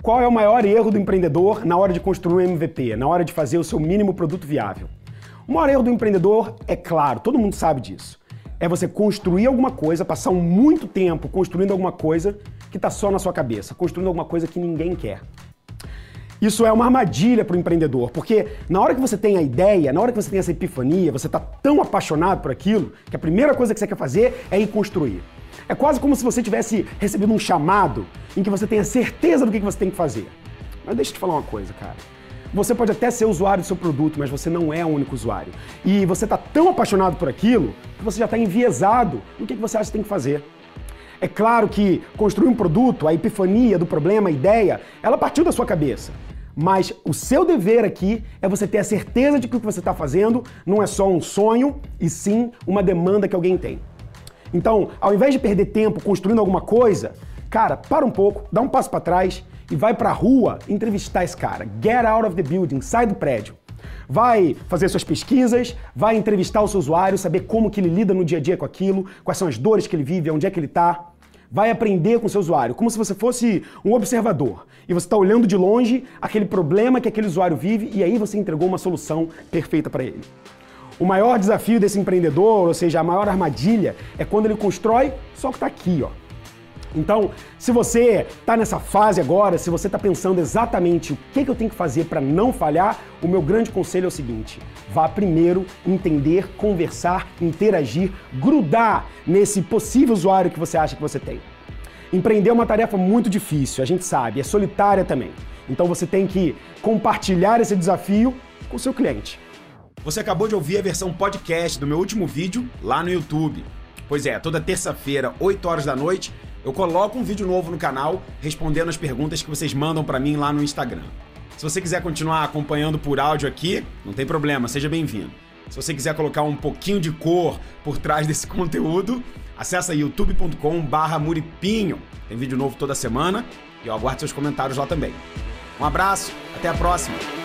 Qual é o maior erro do empreendedor na hora de construir um MVP, na hora de fazer o seu mínimo produto viável? O maior erro do empreendedor, é claro, todo mundo sabe disso, é você construir alguma coisa, passar muito tempo construindo alguma coisa que está só na sua cabeça, construindo alguma coisa que ninguém quer. Isso é uma armadilha para o empreendedor, porque na hora que você tem a ideia, na hora que você tem essa epifania, você está tão apaixonado por aquilo, que a primeira coisa que você quer fazer é ir construir. É quase como se você tivesse recebido um chamado em que você tenha certeza do que você tem que fazer. Mas deixa eu te falar uma coisa, cara. Você pode até ser usuário do seu produto, mas você não é o único usuário. E você está tão apaixonado por aquilo que você já está enviesado no que você acha que tem que fazer. É claro que construir um produto, a epifania do problema, a ideia, ela partiu da sua cabeça. Mas o seu dever aqui é você ter a certeza de que o que você está fazendo não é só um sonho, e sim uma demanda que alguém tem. Então, ao invés de perder tempo construindo alguma coisa, cara, para um pouco, dá um passo para trás e vai para a rua entrevistar esse cara. Get out of the building, sai do prédio. Vai fazer suas pesquisas, vai entrevistar o seu usuário, saber como que ele lida no dia a dia com aquilo, quais são as dores que ele vive, onde é que ele está. Vai aprender com o seu usuário, como se você fosse um observador. E você está olhando de longe aquele problema que aquele usuário vive e aí você entregou uma solução perfeita para ele. O maior desafio desse empreendedor, ou seja, a maior armadilha, é quando ele constrói só o que está aqui, ó. Então, se você está nessa fase agora, se você está pensando exatamente o que eu tenho que fazer para não falhar, o meu grande conselho é o seguinte: vá primeiro entender, conversar, interagir, grudar nesse possível usuário que você acha que você tem. Empreender é uma tarefa muito difícil, a gente sabe, é solitária também. Então você tem que compartilhar esse desafio com o seu cliente. Você acabou de ouvir a versão podcast do meu último vídeo lá no YouTube. Pois é, toda terça-feira, 8 horas da noite, eu coloco um vídeo novo no canal respondendo as perguntas que vocês mandam para mim lá no Instagram. Se você quiser continuar acompanhando por áudio aqui, não tem problema, seja bem-vindo. Se você quiser colocar um pouquinho de cor por trás desse conteúdo, acessa youtube.com/muripinho. Tem vídeo novo toda semana e eu aguardo seus comentários lá também. Um abraço, até a próxima!